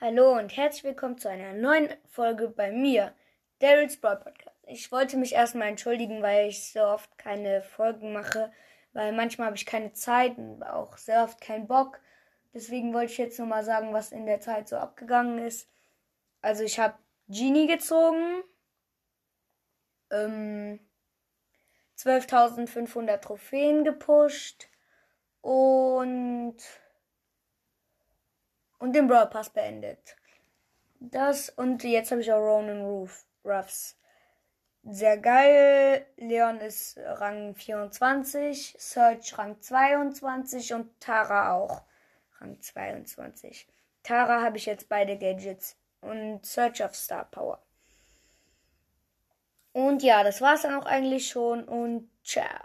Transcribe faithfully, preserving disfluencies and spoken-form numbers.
Hallo und herzlich willkommen zu einer neuen Folge bei mir, Daryl's Brawl Podcast. Ich wollte mich erstmal entschuldigen, weil ich so oft keine Folgen mache, weil manchmal habe ich keine Zeit und auch sehr oft keinen Bock. Deswegen wollte ich jetzt nur mal sagen, was in der Zeit so abgegangen ist. Also ich habe Genie gezogen, ähm, zwölftausendfünfhundert Trophäen gepusht und und den Brawl Pass beendet. Das und jetzt habe ich auch Ronan Roof, Ruffs. Sehr geil. Leon ist Rang vierundzwanzig, Search Rang zweiundzwanzig und Tara auch Rang zweiundzwanzig. Tara habe ich jetzt beide Gadgets und Search auf Star Power. Und ja, das war's dann auch eigentlich schon und ciao.